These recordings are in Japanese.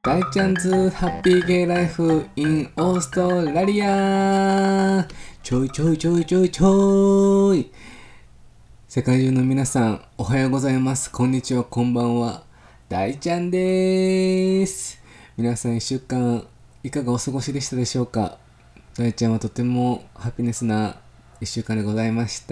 大ちゃんズハッピーゲイライフ in オーストラリア。ちょいちょいちょいちょいちょい。世界中の皆さん、おはようございます。こんにちは、こんばんは。大ちゃんです。皆さん1週間いかがお過ごしでしたでしょうか。大ちゃんはとてもハピネスな1週間でございました。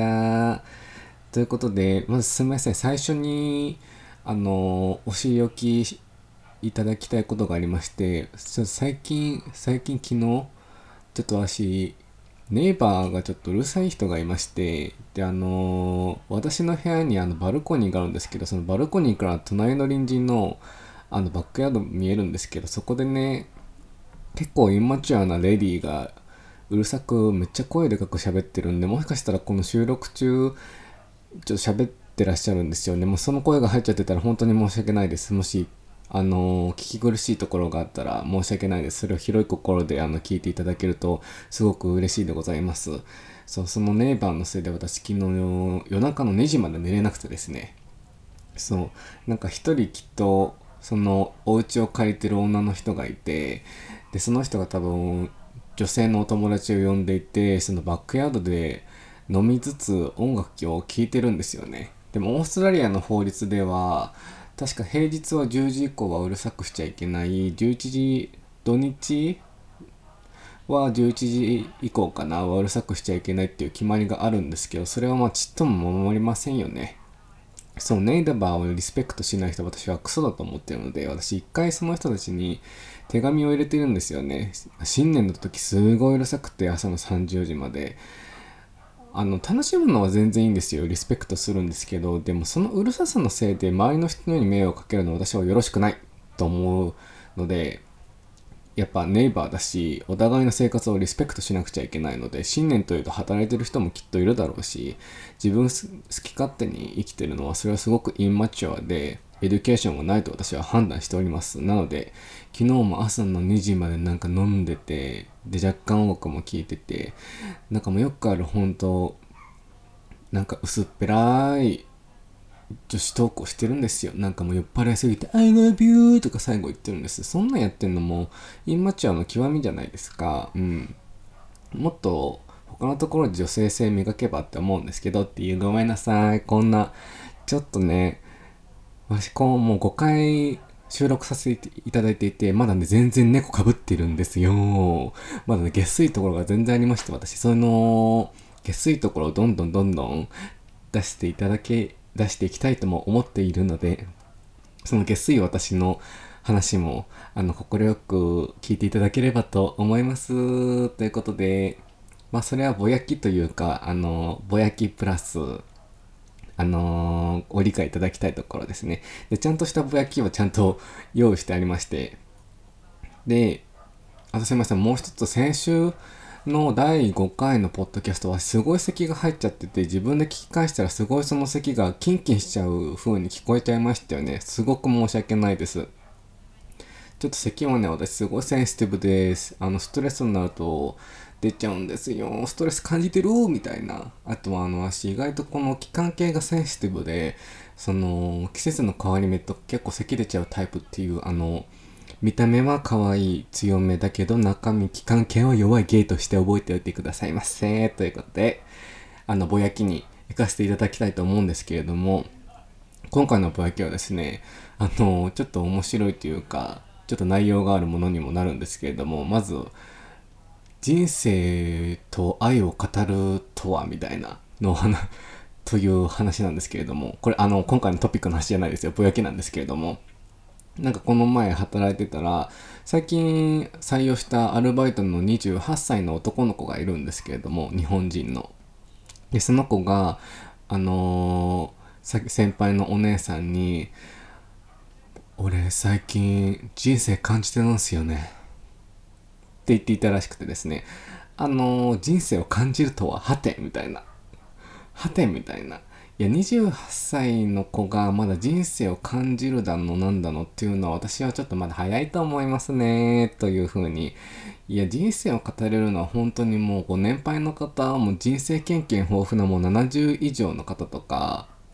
ということで、まずすみません。最初にお仕置きいただきたいことがありまして、ちょっと最近昨日ちょっとネイバーがちょっとうるさい人がいまして、で私の部屋にバルコニーがあるんですけど、そのバルコニーから隣の隣人のバックヤード見えるんですけど、そこでね、結構インマチュアなレディーがうるさくめっちゃ声でかく喋ってるんで、もしかしたらこの収録中ちょっと喋ってらっしゃるんですよね。もうその声が入っちゃってたら本当に申し訳ないです。もし聞き苦しいところがあったら申し訳ないです。それを広い心で聞いていただけるとすごく嬉しいでございます。そのネイバーのせいで私昨日夜中の2時まで寝れなくてですね。なんか一人きっとそのお家を借りてる女の人がいて、でその人が多分女性のお友達を呼んでいて、そのバックヤードで飲みつつ音楽を聴いてるんですよね。でもオーストラリアの法律では確か平日は10時以降はうるさくしちゃいけない、11時土日は11時以降かなはうるさくしちゃいけないっていう決まりがあるんですけど、それはちっとも守りませんよね。ネイバーをリスペクトしない人、私はクソだと思ってるので、私一回その人たちに手紙を入れてるんですよね。新年の時すごいうるさくて、朝の3時4時まで楽しむのは全然いいんですよ。リスペクトするんですけど、でもそのうるささのせいで周りの人に迷惑をかけるのは私はよろしくないと思うので、やっぱネイバーだし、お互いの生活をリスペクトしなくちゃいけないので、新年というと働いてる人もきっといるだろうし、自分好き勝手に生きてるのはそれはすごくインマチュアで、エデュケーションがないと私は判断しております。なので、昨日も朝の2時までなんか飲んでて、で若干音楽も聴いてて、なんかもうよくある本当なんか薄っぺらい女子トークをしてるんですよ。なんかもう酔っ払いすぎて I love you とか最後言ってるんです。そんなんやってんのもインマチュアの極みじゃないですか。もっと他のところで女性性磨けばって思うんですけどっていう、ごめんなさい。こんなちょっとね、私もう5回収録させていただいていて、まだね全然猫かぶってるんですよ。まだね下水ところが全然ありまして、私その下水ところをどんどん出していきたいとも思っているので、その下水私の話も心よく聞いていただければと思います。ということで、それはぼやきというかぼやきプラスご理解いただきたいところですね。でちゃんとしたぼやきをちゃんと用意してありまして、で、すいません、もう一つ、先週の第5回のポッドキャストはすごい咳が入っちゃってて、自分で聞き返したらすごいその咳がキンキンしちゃう風に聞こえちゃいましたよね。すごく申し訳ないです。ちょっと咳はね、私すごいセンシティブです。ストレスになると出ちゃうんですよ。ストレス感じてるみたいな。あとは私意外とこの気管系がセンシティブで、季節の変わり目と結構咳出ちゃうタイプっていう、見た目は可愛い強めだけど中身気管系は弱いゲイとして覚えておいてくださいませ。ということで、ぼやきに行かせていただきたいと思うんですけれども、今回のぼやきはですね、ちょっと面白いというか、ちょっと内容があるものにもなるんですけれども、まず人生と愛を語るとはみたいなのという話なんですけれども、これ今回のトピックの話じゃないですよ。ぼやきなんですけれども、なんかこの前働いてたら、最近採用したアルバイトの28歳の男の子がいるんですけれども、日本人の。でその子が先輩のお姉さんに、俺最近人生感じてるんすよねって言っていたらしくてですね、人生を感じるとははてみたいな、いや28歳の子がまだ人生を感じるだのなんだのっていうのは私はちょっとまだ早いと思いますねというふうに。いや、人生を語れるのは本当にもうご年配の方、もう人生経験豊富なもう70以上の方とか、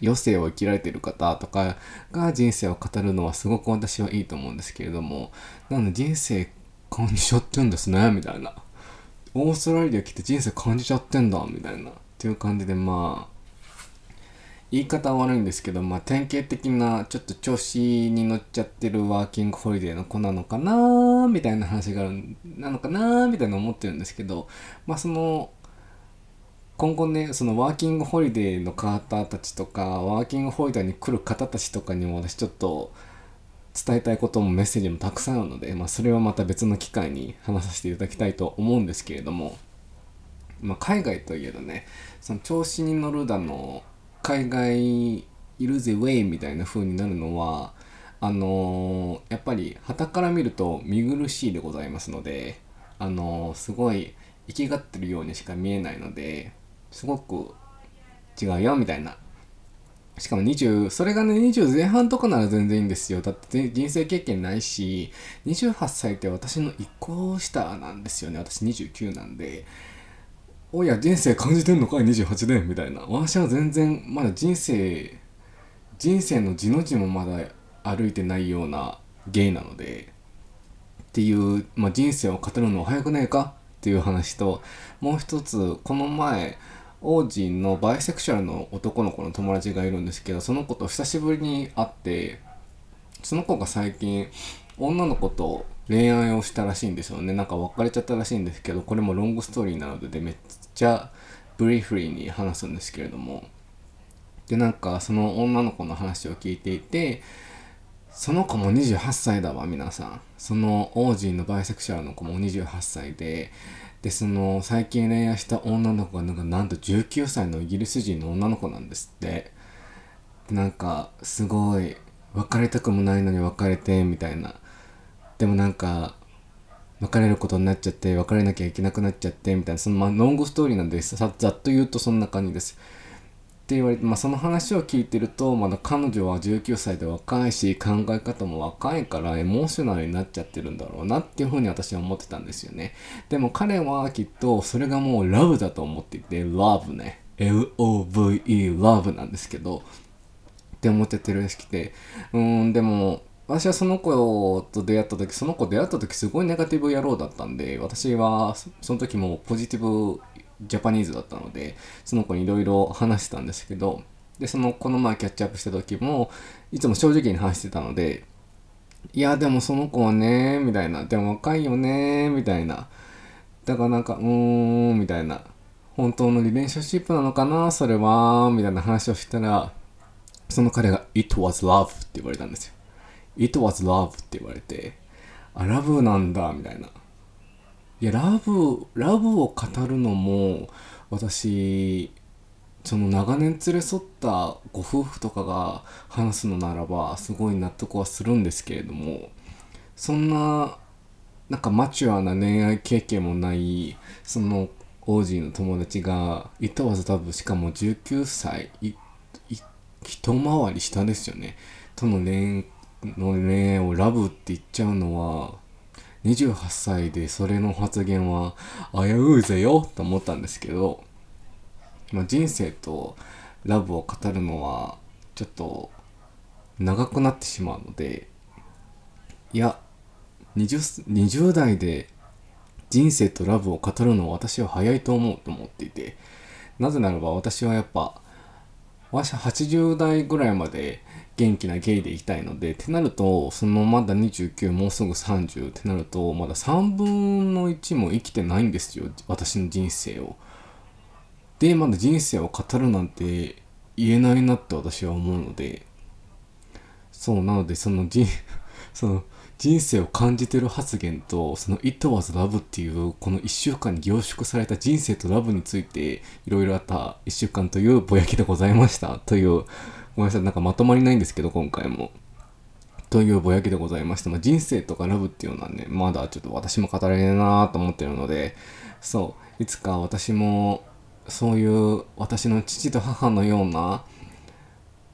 余生を生きられている方とかが人生を語るのはすごく私はいいと思うんですけれども、なので人生感じちゃってんですねみたいな、オーストラリア来て人生感じちゃってんだみたいなっていう感じで、まあ言い方は悪いんですけど、まあ典型的なちょっと調子に乗っちゃってるワーキングホリデーの子なのかなみたいな話があるなのかなみたいな思ってるんですけど、まあその今後ね、そのワーキングホリデーの方たちとかワーキングホリデーに来る方たちとかにも私ちょっと伝えたいこともメッセージもたくさんあるので、まあそれはまた別の機会に話させていただきたいと思うんですけれども、まあ海外といえどね、その調子に乗るだの海外いるぜウェイみたいな風になるのはやっぱり傍から見ると見苦しいでございますので、すごい生きがってるようにしか見えないので、すごく違うよみたいな。しかも20、それがね20前半とかなら全然いいんですよ。だって人生経験ないし、28歳って私の1個下なんですよね。私29なんで、おや人生感じてんのかい28でみたいな。私は全然まだ人生の字の字もまだ歩いてないようなゲイなのでっていう、まあ、人生を語るのは早くねえかっていう話と、もう一つこの前王子のバイセクシュアルの男の子の友達がいるんですけど、その子と久しぶりに会って、その子が最近女の子と恋愛をしたらしいんですよね。なんか別れちゃったらしいんですけど、これもロングストーリーなのでめっちゃブリーフリーに話すんですけれども、でなんかその女の子の話を聞いていて、その子も28歳だわ皆さん。そのオージーのバイセクシャルの子も28歳で、その最近恋愛した女の子がなんと19歳のイギリス人の女の子なんですって。なんかすごい別れたくもないのに別れてみたいな。でもなんか別れることになっちゃって別れなきゃいけなくなっちゃってみたいな、そのロングストーリーなんでざっと言うとそんな感じです。って言われて、その話を聞いてると、まだ彼女は19歳で若いし考え方も若いからエモーショナルになっちゃってるんだろうなっていうふうに私は思ってたんですよね。でも彼はきっとそれがもうラブだと思っていて、ラブね、 LOVE ラブなんですけどって思っててるらしくて、でも私はその子と出会った時、すごいネガティブ野郎だったんで、私はその時もポジティブジャパニーズだったので、その子にいろいろ話してたんですけど、でこの前キャッチアップした時もいつも正直に話してたので、いやでもその子はねみたいな、でも若いよねみたいな、だからなんかみたいな、本当のリレーションシップなのかなそれはみたいな話をしたら、その彼が It was love って言われたんですよ。 It was love って言われて、あラブなんだみたいな。いやラブを語るのも、私その長年連れ添ったご夫婦とかが話すのならばすごい納得はするんですけれども、そんななんかマチュアな恋愛経験もないその王子の友達がIt was love、しかも19歳一回り下ですよねとの恋愛をラブって言っちゃうのは、28歳でそれの発言は危ういぜよと思ったんですけど、人生とラブを語るのはちょっと長くなってしまうので、いや 20代で人生とラブを語るのは私は早いと思うと思っていて、なぜならば私はやっぱ80代ぐらいまで元気なゲイでいたいので、ってなるとそのまだ29もうすぐ30ってなると、まだ3分の1も生きてないんですよ私の人生を。でまだ人生を語るなんて言えないなって私は思うので、そうなのでその人生を感じてる発言と、その It was love っていうこの1週間に凝縮された人生とラブについていろいろあった1週間というぼやきでございましたという、ごめんなさいなんかまとまりないんですけど今回もというぼやきでございました。人生とかラブっていうのはね、まだちょっと私も語れねえなーと思ってるので、そういつか私もそういう私の父と母のような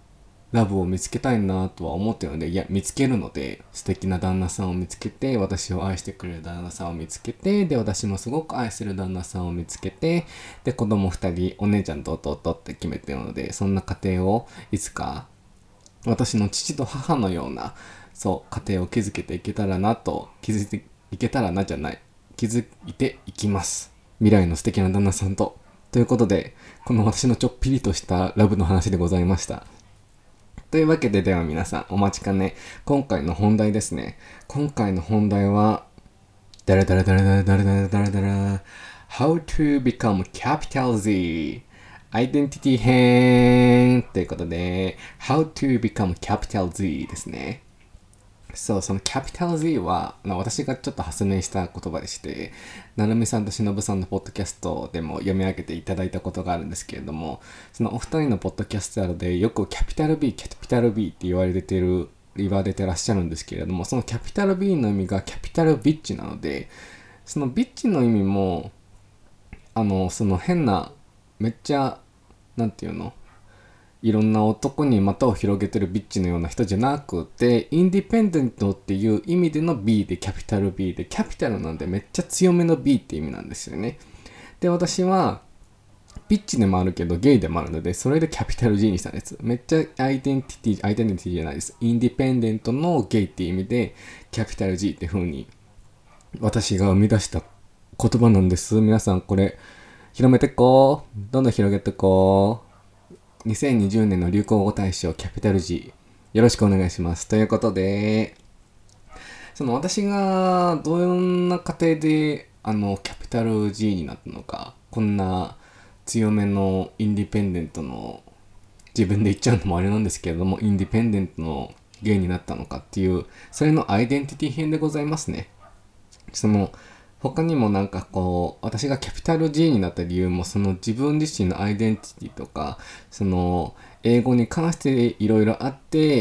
ラブを見つけたいなとは思ってるので、いや見つけるので、素敵な旦那さんを見つけて、私を愛してくれる旦那さんを見つけて、で私もすごく愛する旦那さんを見つけて、で子供2人、お姉ちゃんと弟って決めてるので、そんな家庭をいつか私の父と母のような家庭を築けていけたらなと、築いていけたらなじゃない築いていきます。未来の素敵な旦那さんということで、この私のちょっぴりとしたラブの話でございました。というわけで、では皆さんお待ちかね、今回の本題ですね。今回の本題はダラダラダラダラダラダラダラダラ How to become capital Z Identity 編ということで、 How to become capital Z ですね。そのキャピタル Z は私がちょっと発明した言葉でして、なるみさんとしのぶさんのポッドキャストでも読み上げていただいたことがあるんですけれども、そのお二人のポッドキャストでよくキャピタル B って言われてらっしゃるんですけれども、そのキャピタル B の意味がキャピタルビッチなので、そのビッチの意味もその変なめっちゃなんていうの、いろんな男に股を広げてるビッチのような人じゃなくて、インディペンデントっていう意味での B でキャピタル B で、キャピタルなんでめっちゃ強めの B って意味なんですよね。で、私はビッチでもあるけどゲイでもあるので、それでキャピタル G にしたんです。めっちゃアイデンティティじゃないです。インディペンデントのゲイっていう意味でキャピタル G って風に私が生み出した言葉なんです。皆さんこれ広めてこう。どんどん広げてこう。2020年の流行語大賞キャピタル G よろしくお願いします。ということで、その私がどんな過程でキャピタル G になったのか、こんな強めのインディペンデントの、自分で言っちゃうのもあれなんですけれども、インディペンデントのゲイになったのかっていう、それのアイデンティティ編でございますね。その他にもなんかこう、私がキャピタル G になった理由も、その自分自身のアイデンティティとか、その英語に関していろいろあって、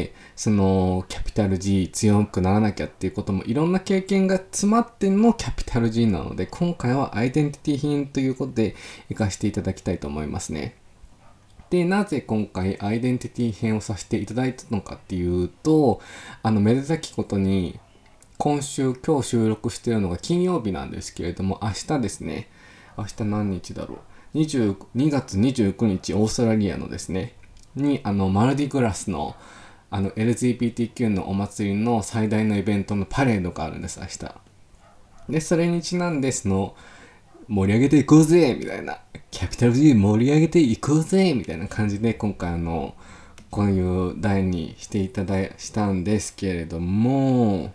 そのキャピタル G 強くならなきゃっていうこともいろんな経験が詰まってのキャピタル G なので、今回はアイデンティティ編ということで活かしていただきたいと思いますね。で、なぜ今回アイデンティティ編をさせていただいたのかっていうと、めでたきことに今日収録しているのが金曜日なんですけれども、明日ですね、明日何日だろう、2月29日オーストラリアのですねにマルディグラスのLGBTQ のお祭りの最大のイベントのパレードがあるんです、明日で。それにちなんで盛り上げていこうぜみたいな、キャピタル G 盛り上げていこうぜみたいな感じで、今回こういう題にしたんですけれども、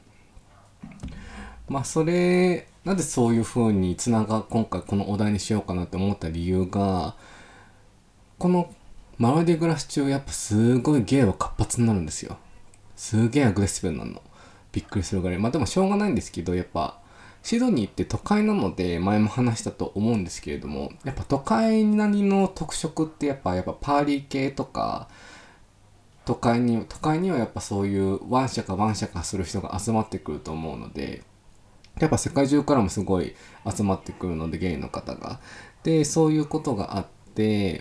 なんでそういう風に今回このお題にしようかなって思った理由が、このマルディグラス中やっぱすごいゲイは活発になるんですよ。すげえアグレッシブになるの。びっくりするぐらい。でもしょうがないんですけど、やっぱシドニーって都会なので、前も話したと思うんですけれども、やっぱ都会なりの特色ってやっぱパーリー系とか、都会にはやっぱそういうワンシャカする人が集まってくると思うので、やっぱ世界中からもすごい集まってくるので、ゲイの方が。で、そういうことがあって、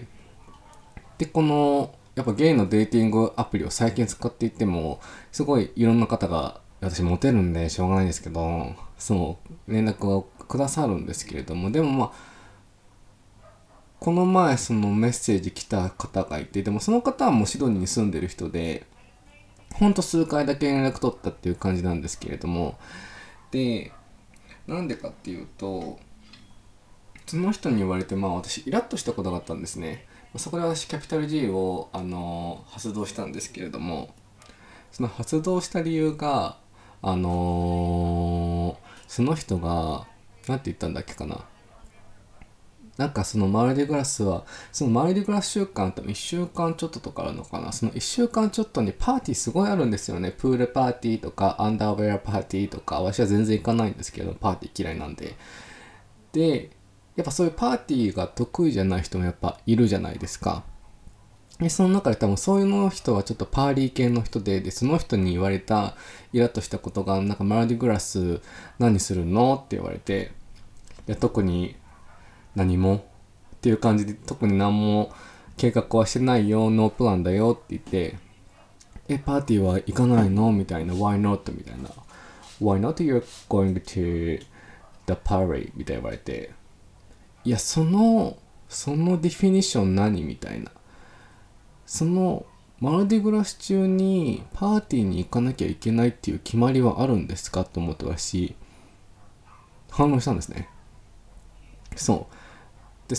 で、やっぱゲイのデーティングアプリを最近使っていても、すごいいろんな方が、私モテるんでしょうがないんですけど、連絡をくださるんですけれども、でもこの前そのメッセージ来た方がいて、でもその方はもうシドニーに住んでる人で、ほんと数回だけ連絡取ったっていう感じなんですけれども、で、なんでかっていうと、その人に言われて、私イラッとしたことがあったんですね。そこで私キャピタル G を発動したんですけれども、その発動した理由がその人がなんて言ったんだっけかな、なんかそのマルディグラス週間多分1週間ちょっととかあるのかな。その1週間ちょっとにパーティーすごいあるんですよね。プールパーティーとかアンダーウェアパーティーとか、私は全然行かないんですけど、パーティー嫌いなんで。で、やっぱそういうパーティーが得意じゃない人もやっぱいるじゃないですか。で、その中で多分そういうの人はちょっとパーリー系の人で、その人に言われたイラッとしたことが、なんかマルディグラス何するのって言われて、いや特に何もっていう感じで、特に何も計画はしてないよ、ノープランだよって言って、 パーティーは行かないのみたいな、Why not? みたいな、Why not you're going to the party? みたいな言われて、いや、そのディフィニッション何みたいな。マルディグラス中にパーティーに行かなきゃいけないっていう決まりはあるんですかと思って私、反応したんですね。そう。で、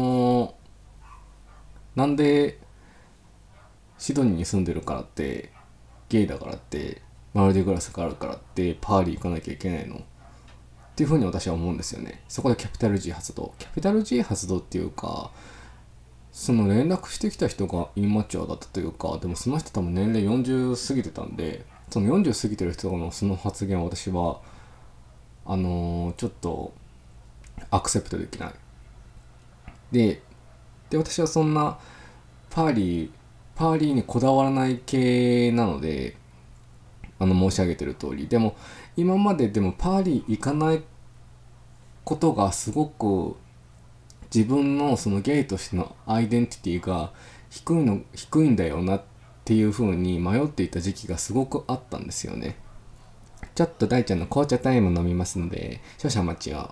なんでシドニーに住んでるからって、ゲイだからって、マルディグラスがあるからってパーティー行かなきゃいけないのっていうふうに私は思うんですよね。そこでキャピタル G 発動っていうか、その連絡してきた人がインマチュアだったというか、でもその人多分年齢40過ぎてたんで、その40過ぎてる人のその発言は私はちょっとアクセプトできない。で私はそんなパーリーにこだわらない系なので、申し上げてる通り、でも今まででもパーリー行かないことがすごく自分のそのゲイとしてのアイデンティティが低いんだよなっていう風に迷っていた時期がすごくあったんですよね。ちょっと大ちゃんの紅茶タイム飲みますので少々お待ちを。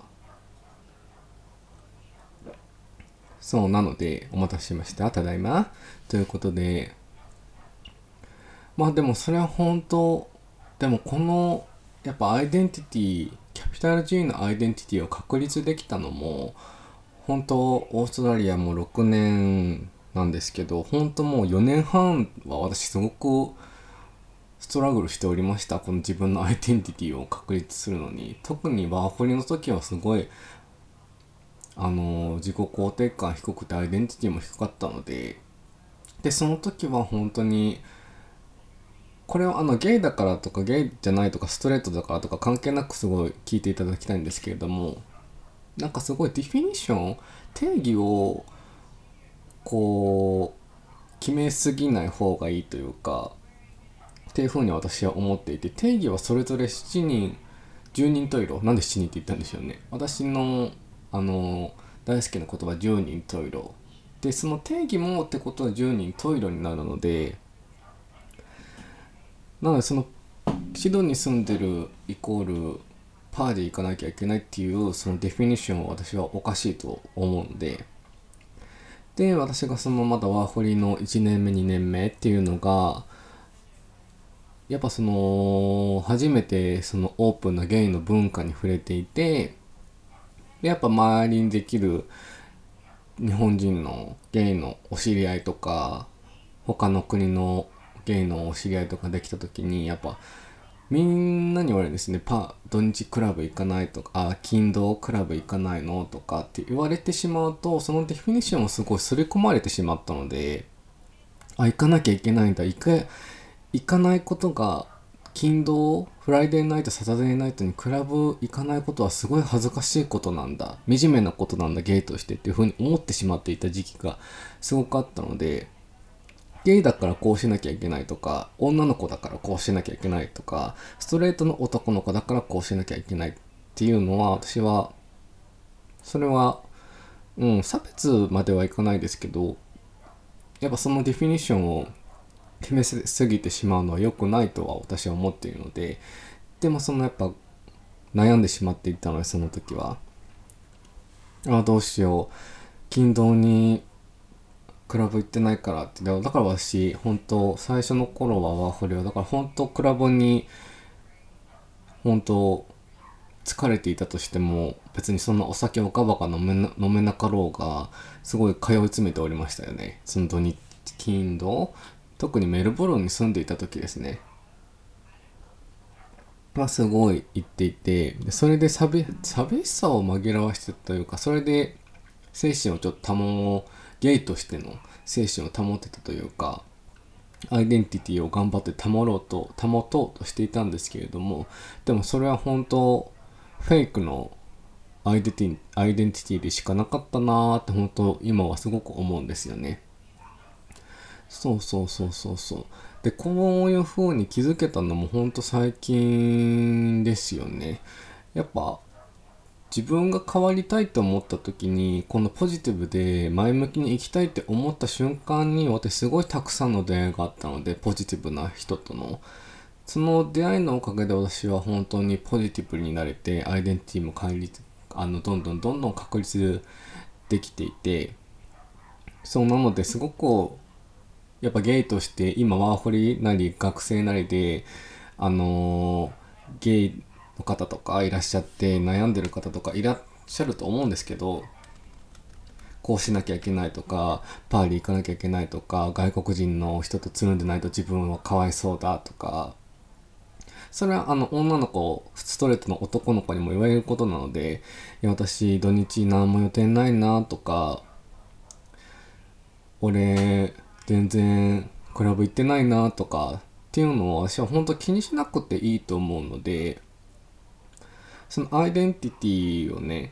そうなのでお待たせしました。ただいまということで、まあでもそれは本当、でもこのやっぱアイデンティティ、キャピタル G のアイデンティティを確立できたのも本当オーストラリアも6年なんですけど、本当もう4年半は私すごくストラグルしておりました。この自分のアイデンティティを確立するのに。特にワーホリの時はすごい自己肯定感低くてアイデンティティも低かったので、その時は本当にこれはゲイだからとかゲイじゃないとかストレートだからとか関係なくすごい聞いていただきたいんですけれども、なんかすごいディフィニッション、定義をこう決めすぎない方がいいというかっていうふうに私は思っていて、定義はそれぞれ7人10人十色、なんで7人って言ったんでしょうね。私の大好きな言葉10人十色で、その定義もってことは10人十色になるので、なのでそのシドに住んでるイコールパーで行かなきゃいけないっていうそのディフィニッションは私はおかしいと思うんで、私がそのまだワーホリの1年目2年目っていうのがやっぱその初めてそのオープンなゲイの文化に触れていて、でやっぱ周りにできる日本人のゲイのお知り合いとか他の国のゲイのお知り合いとかできた時に、やっぱみんなに言われるんですね。土日クラブ行かないとか、金土クラブ行かないのとかって言われてしまうと、そのディフィニッションをすごい刷り込まれてしまったので、行かなきゃいけないんだ、行かないことが、金土フライデーナイトサタデーナイトにクラブ行かないことはすごい恥ずかしいことなんだ、惨めなことなんだゲイとしてっていう風に思ってしまっていた時期がすごくあったので、ゲイだからこうしなきゃいけないとか、女の子だからこうしなきゃいけないとか、ストレートの男の子だからこうしなきゃいけないっていうのは、私はそれは差別まではいかないですけど、やっぱそのディフィニッションを決めすぎてしまうのは良くないとは私は思っているので、でもそのやっぱ悩んでしまっていたので、その時はどうしよう、金土にクラブ行ってないからって。だから私本当最初の頃はワーホリはだから本当クラブに本当疲れていたとしても別にそんなお酒をガバガ飲めなかろうがすごい通い詰めておりましたよね。その土日金土、特にメルボルンに住んでいた時ですねはすごい行っていて、でそれで寂しさを紛らわしてたというか、それで精神をちょっとゲイとしての精神を保ってたというか、アイデンティティを頑張って保とうとしていたんですけれども、でもそれは本当フェイクのアイデンティティでしかなかったなーって本当今はすごく思うんですよね。そうで、こういう風に気づけたのも本当最近ですよね。やっぱ自分が変わりたいと思った時に、このポジティブで前向きに生きたいって思った瞬間に、私すごいたくさんの出会いがあったので、ポジティブな人とのその出会いのおかげで私は本当にポジティブになれて、アイデンティティもどんどん確立できていて、そうなのですごくやっぱゲイとして今ワーホリなり学生なりでゲイの方とかいらっしゃって悩んでる方とかいらっしゃると思うんですけど、こうしなきゃいけないとか、パーリー行かなきゃいけないとか、外国人の人とつるんでないと自分はかわいそうだとか、それは女の子、ストレートの男の子にも言われることなので、いや私土日何も予定ないなとか、俺全然クラブ行ってないなとかっていうのを私は本当気にしなくていいと思うので、そのアイデンティティをね、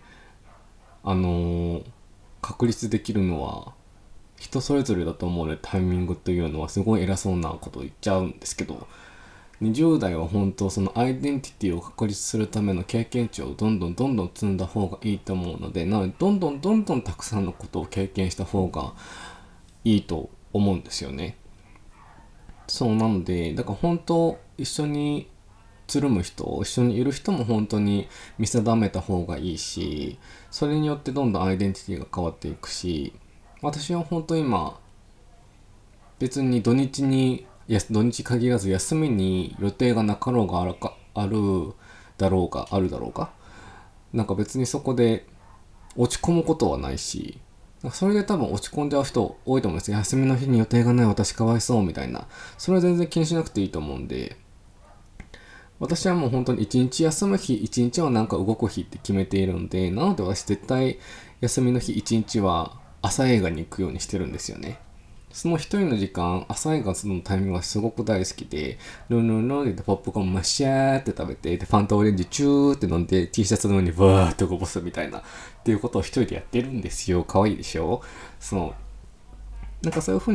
確立できるのは人それぞれだと思うので、タイミングというのはすごい偉そうなことを言っちゃうんですけど、20代は本当そのアイデンティティを確立するための経験値をどんどん積んだ方がいいと思うので、なのでどんどんたくさんのことを経験した方がいいと思うんですよね。そうなので、だから本当一緒につるむ人、一緒にいる人も本当に見定めた方がいいし、それによってどんどんアイデンティティが変わっていくし、私は本当今別に土日限らず休みに予定がなかろうがあるだろうがなんか別にそこで落ち込むことはないし、それで多分落ち込んじゃう人多いと思うんですよ。休みの日に予定がない私かわいそうみたいな。それは全然気にしなくていいと思うんで、私はもう本当に一日休む日、一日はなんか動く日って決めているので、なので私絶対休みの日一日は朝映画に行くようにしてるんですよね。その一人の時間、朝映画のタイミングがすごく大好きで、ルンルンルンってポップコーンマッシャーって食べて、でファンタオレンジチューって飲んで T シャツの上にバーってこぼすみたいなっていうことを一人でやってるんですよ。可愛いでしょ。なんかそういう風に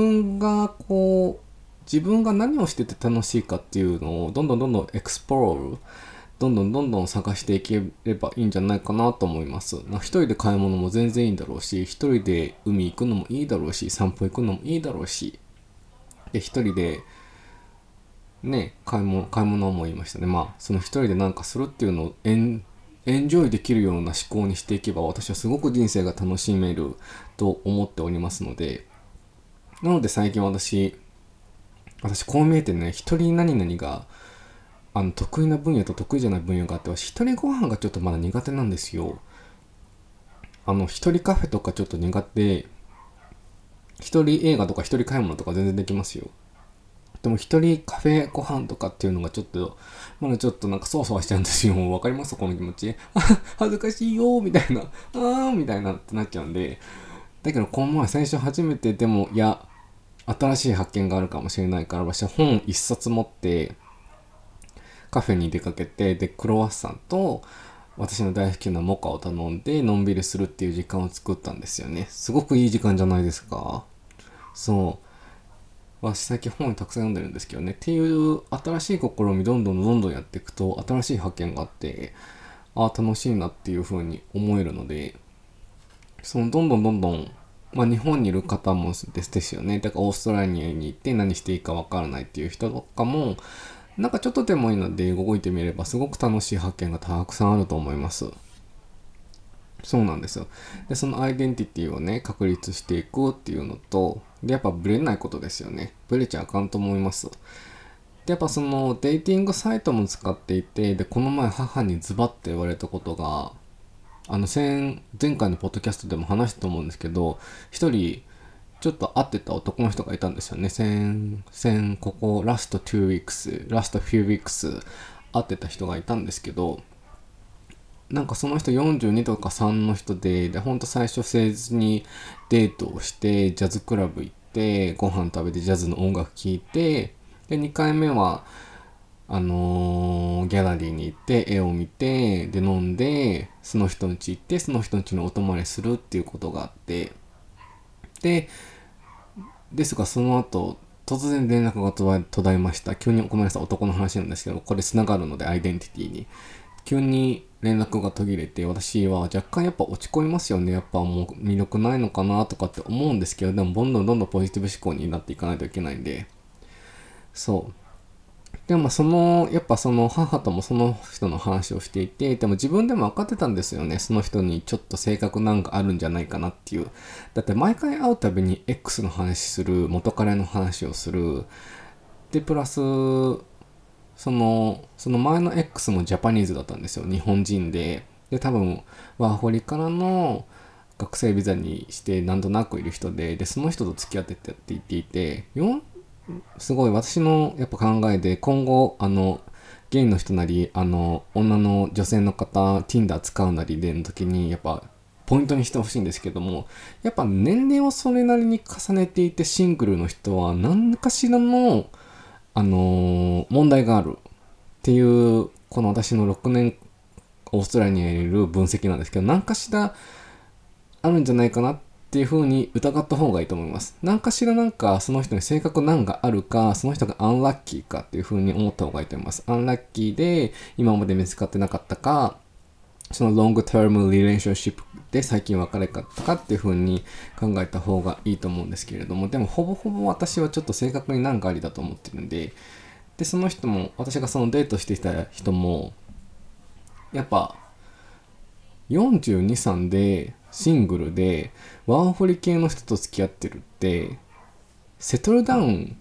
自分が何をしてて楽しいかっていうのをどんどんエクスプロール、どんどん探していければいいんじゃないかなと思います。一人で買い物も全然いいんだろうし、一人で海行くのもいいだろうし、散歩行くのもいいだろうし、で一人でね、買い物も言いましたね。その一人でなんかするっていうのをエンジョイできるような思考にしていけば、私はすごく人生が楽しめると思っておりますので、なので最近私こう見えてね、一人何々が得意な分野と得意じゃない分野があって、私一人ご飯がちょっとまだ苦手なんですよ。一人カフェとかちょっと苦手。一人映画とか一人買い物とか全然できますよ。でも一人カフェご飯とかっていうのがまだちょっとなんかそわそわしちゃうんですよ。わかりますこの気持ち。恥ずかしいよみたいな。みたいなってなっちゃうんで。だけどこの前最初初めてでも、新しい発見があるかもしれないから、私は本一冊持ってカフェに出かけて、でクロワッサンと私の大好きなモカを頼んでのんびりするっていう時間を作ったんですよね。すごくいい時間じゃないですか。私最近本たくさん読んでるんですけどね、っていう新しい試みどんどんやっていくと新しい発見があって、楽しいなっていう風に思えるので、どんどん日本にいる方もですよね。だからオーストラリアに行って何していいかわからないっていう人とかも、なんかちょっとでもいいので動いてみればすごく楽しい発見がたくさんあると思います。そうなんですよ。で、そのアイデンティティをね、確立していくっていうのと、で、やっぱブレないことですよね。ブレちゃあかんと思います。で、やっぱそのデイティングサイトも使っていて、で、この前母にズバッて言われたことが、前回のポッドキャストでも話したと思うんですけど、一人ちょっと会ってた男の人がいたんですよね。ここラスト2 weeks、ラスト few weeks 会ってた人がいたんですけど、なんかその人42とか3の人で、ほんと最初誠実にデートをして、ジャズクラブ行って、ご飯食べてジャズの音楽聴いて、で、2回目は、ギャラリーに行って絵を見て、で、飲んで、その人の家行って、その人の家にお泊まりするっていうことがあって、ですがその後、突然連絡が途絶えました。急にごめんなさい、男の話なんですけど、これ繋がるので、アイデンティティに。 急に連絡が途切れて、私は若干やっぱ落ち込みますよね。やっぱもう魅力ないのかなとかって思うんですけど、でもどんどんポジティブ思考になっていかないといけないんで、そう。でもやっぱその母ともその人の話をしていて、でも自分でも分かってたんですよね。その人にちょっと性格なんかあるんじゃないかなっていう。だって毎回会うたびに X の話する、元彼の話をする。で、プラス、その前の X もジャパニーズだったんですよ。日本人で。で、多分、ワーホリからの学生ビザにしてなんとなくいる人で、その人と付き合ってって言っていて、すごい私のやっぱ考えで、今後、ゲイの人なり、女の女性の方、Tinder 使うなりでの時に、やっぱ、ポイントにしてほしいんですけども、やっぱ年齢をそれなりに重ねていてシングルの人は何かしらの問題があるっていう、この私の6年オーストラリアにいる分析なんですけど、何かしらあるんじゃないかなっていう風に疑った方がいいと思います。何かしらなんかその人に性格難があるか、その人がアンラッキーかっていう風に思った方がいいと思います。アンラッキーで今まで見つかってなかったか、そのロングタームリレーションシップで最近別れたかっていう風に考えた方がいいと思うんですけれども、でもほぼほぼ私はちょっと性格に難がありだと思ってるんで、その人も、私がそのデートしてきた人も、やっぱ42、3でシングルでワーホリ系の人と付き合ってるって、セトルダウン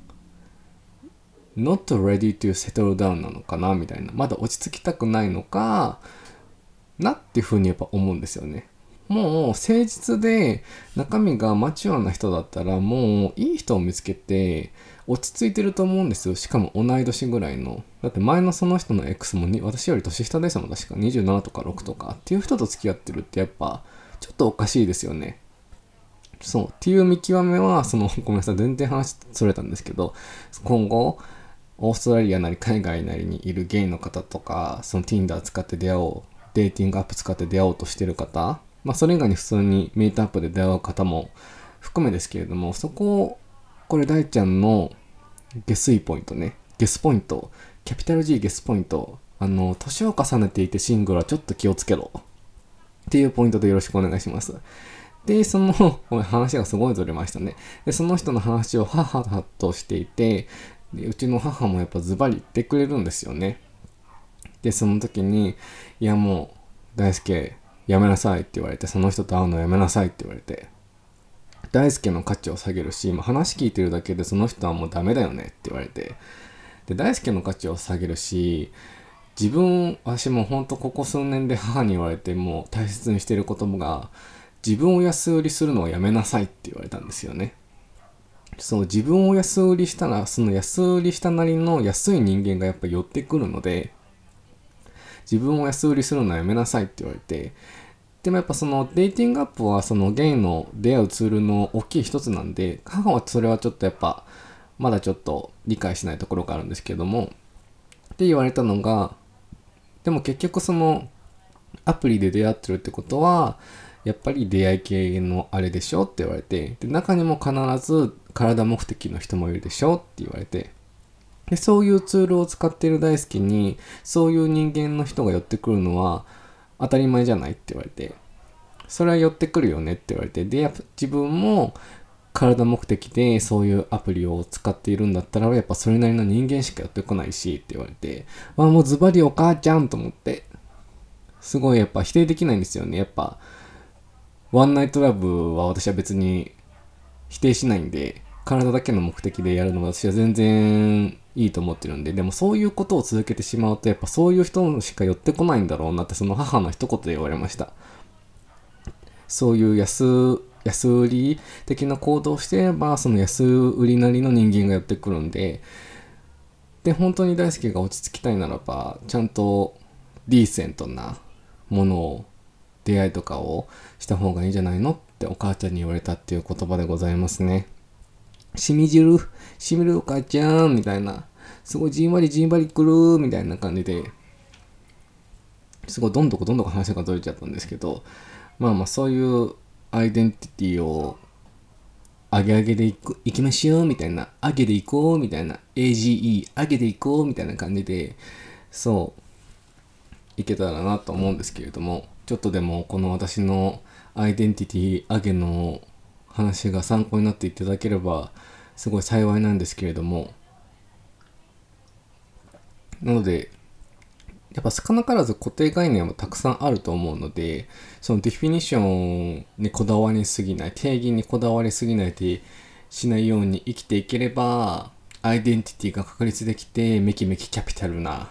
not ready to settle down なのかなみたいな、まだ落ち着きたくないのかなっていう風にやっぱ思うんですよね。もう誠実で中身がマチュアな人だったら、もういい人を見つけて落ち着いてると思うんですよ。しかも同い年ぐらいの。だって前のその人の X も私より年下ですもん。確か27とか6とかっていう人と付き合ってるって、やっぱちょっとおかしいですよね。そうっていう見極めは、ごめんなさい、全然話それたんですけど、今後オーストラリアなり海外なりにいるゲイの方とか、その Tinder 使ってデーティングアップ使って出会おうとしてる方、それ以外に普通にメートアップで出会う方も含めですけれども、これ大ちゃんの下水ポイントね、ゲスポイント、キャピタル G ゲスポイント、年を重ねていてシングルはちょっと気をつけろっていうポイントでよろしくお願いします。で、話がすごいずれましたね。で、その人の話を母としていて、でうちの母もやっぱズバリ言ってくれるんですよね。で、その時に、いやもう、大輔、やめなさいって言われて、その人と会うのやめなさいって言われて、大輔の価値を下げるし、話聞いてるだけでその人はもうダメだよねって言われて、で、大輔の価値を下げるし、私もほんとここ数年で母に言われて、もう大切にしている言葉が、自分を安売りするのをやめなさいって言われたんですよね。そう、自分を安売りしたら、その安売りしたなりの安い人間がやっぱ寄ってくるので、自分を安売りするのはやめなさいって言われて、でもやっぱそのデーティングアップはそのゲイの出会うツールの大きい一つなんで、母はそれはちょっとやっぱまだちょっと理解しないところがあるんですけども、って言われたのが、でも結局そのアプリで出会ってるってことはやっぱり出会い系のあれでしょって言われて、で中にも必ず体目的の人もいるでしょって言われて、でそういうツールを使っている大好きにそういう人間の人が寄ってくるのは当たり前じゃないって言われて、それは寄ってくるよねって言われて、で自分も体目的でそういうアプリを使っているんだったらやっぱそれなりの人間しか寄ってこないしって言われて、もうズバリお母ちゃんと思って、すごいやっぱ否定できないんですよね。やっぱワンナイトラブは私は別に否定しないんで、体だけの目的でやるのは私は全然いいと思ってるんで、でもそういうことを続けてしまうとやっぱそういう人しか寄ってこないんだろうなって、その母の一言で言われました。そういう安売り的な行動をしていれば、その安売りなりの人間が寄ってくるんで、で本当に大好きが落ち着きたいならば、ちゃんとディーセントなものを、出会いとかをした方がいいんじゃないのってお母ちゃんに言われたっていう言葉でございますね。しみるお母ちゃんみたいな、すごいじんわりくるみたいな感じで、すごいどんどこ話がずれちゃったんですけど、そういうアイデンティティを上げでいきましょうみたいな、上げでいこうみたいな、AGE 上げでいこうみたいな感じで、そういけたらなと思うんですけれども、ちょっとでもこの私のアイデンティティ上げの話が参考になっていただければすごい幸いなんですけれども、なのでやっぱ少なからず固定概念もたくさんあると思うので、そのディフィニッションにこだわりすぎない、定義にこだわりすぎないでしないように生きていければ、アイデンティティが確立できてめきめきキャピタルな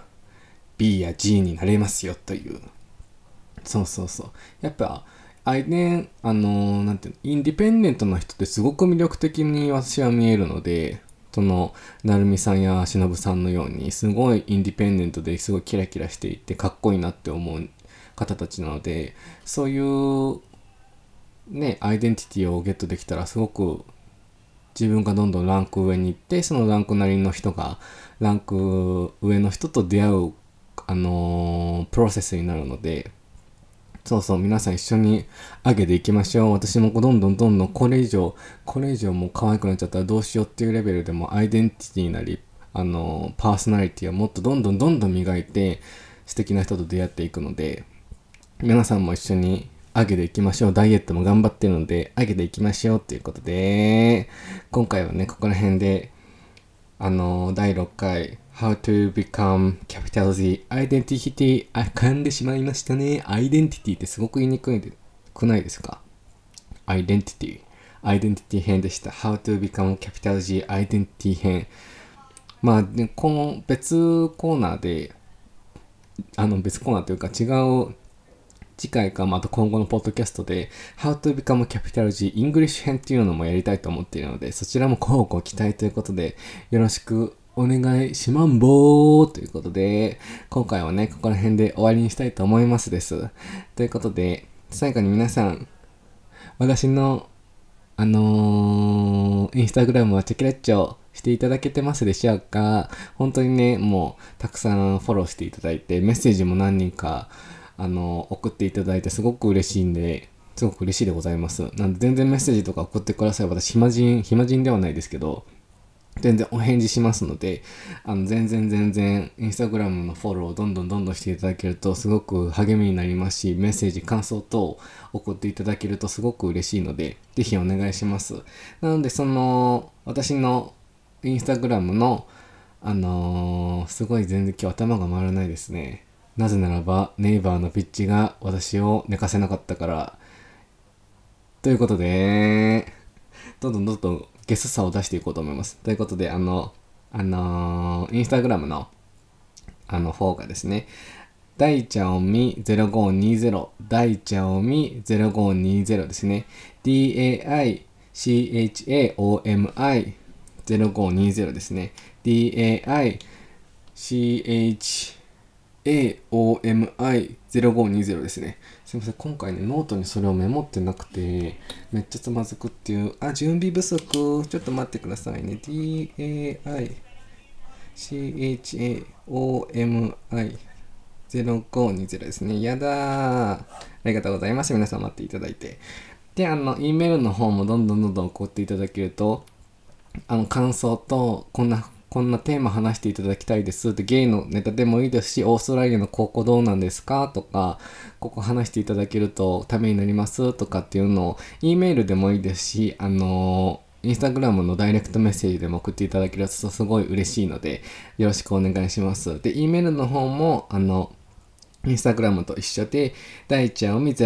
B や G になれますよという。そうそうそう。やっぱなんていうの、インディペンデントな人ってすごく魅力的に私は見えるので、その成美さんや忍さんのようにすごいインディペンデントですごいキラキラしていてかっこいいなって思う方たちなので、そういうねアイデンティティをゲットできたらすごく自分がどんどんランク上に行って、そのランクなりの人がランク上の人と出会うプロセスになるので、そうそう、皆さん一緒に上げていきましょう。私もどんどんこれ以上もう可愛くなっちゃったらどうしようっていうレベルでもアイデンティティなりパーソナリティはもっとどんどん磨いて素敵な人と出会っていくので、皆さんも一緒に上げていきましょう。ダイエットも頑張ってるので上げていきましょうっていうことで、今回はねここら辺で第6回How to become capital Z Identity 噛んでしまいましたね。アイデンティティってすごく言いにくくないですか？アイデンティティ編でした。How to become capital Z Identity 編。まあ、でこの別コーナーで別コーナーというか違う次回か、また今後のポッドキャストで How to become capital G English 編っていうのもやりたいと思っているので、そちらも乞うご期待ということでよろしくお願いしまんぼーということで、今回はねここら辺で終わりにしたいと思いますです。ということで最後に皆さん、私のインスタグラムはチェキラッチョしていただけてますでしょうか？本当にねもうたくさんフォローしていただいて、メッセージも何人か送っていただいてすごく嬉しいんで、すごく嬉しいでございます。なんで全然メッセージとか送ってください。私暇人ではないですけど全然お返事しますので、全然インスタグラムのフォローをどんどんしていただけるとすごく励みになりますし、メッセージ感想等送っていただけるとすごく嬉しいのでぜひお願いします。なので私のインスタグラムのすごい全然今日頭が回らないですね。なぜならばネイバーのピッチが私を寝かせなかったからということで、どんどんゲスさを出していこうと思います。ということでインスタグラムの方がですね、大ちゃおみ0520、大ちゃおみ0520ですね。DAICHAOMI0520 ですね。DAICHAOMI0520 ですね。すみません、今回ねノートにそれをメモってなくてめっちゃつまずくっていう、準備不足。ちょっと待ってくださいね。DAICHAOMI0520 ですね。やだー、ありがとうございます。皆さん待っていただいて、でEメールの方もどんどん送っていただけると、感想とこんなテーマ話していただきたいですって、ゲイのネタでもいいですし、オーストラリアの高校どうなんですかとか、ここ話していただけるとためになりますとかっていうのを E メールでもいいですし、インスタグラムのダイレクトメッセージでも送っていただけるとすごい嬉しいのでよろしくお願いします。で E メールの方もインスタグラムと一緒で、大ちゃおみ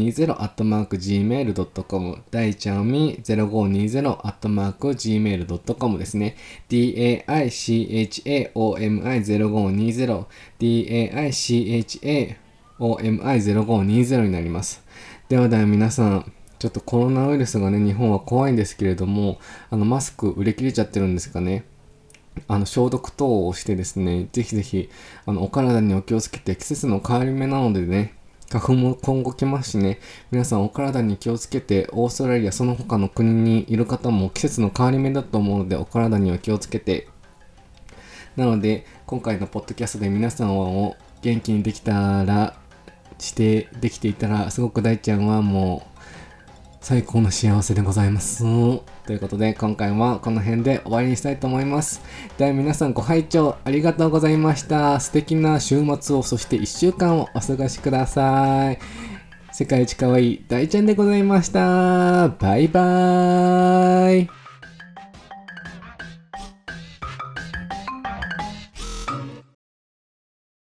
0520@gmail.com、大ちゃおみ 0520@gmail.com ですね。DAICHAOMI0520、DAICHAOMI0520 になります。では皆さん、ちょっとコロナウイルスがね、日本は怖いんですけれども、マスク売り切れちゃってるんですかね。消毒等をしてですね、ぜひお体にお気をつけて、季節の変わり目なのでね、花粉も今後来ますしね、皆さんお体に気をつけて、オーストラリアその他の国にいる方も季節の変わり目だと思うのでお体にお気をつけて、なので今回のポッドキャストで皆さんを元気にできていたら、すごく大ちゃんはも最高の幸せでございます。ということで今回はこの辺で終わりにしたいと思います。では皆さんご拝聴ありがとうございました。素敵な週末を、そして1週間をお過ごしください。世界一可愛い大ちゃんでございました。バイバーイ。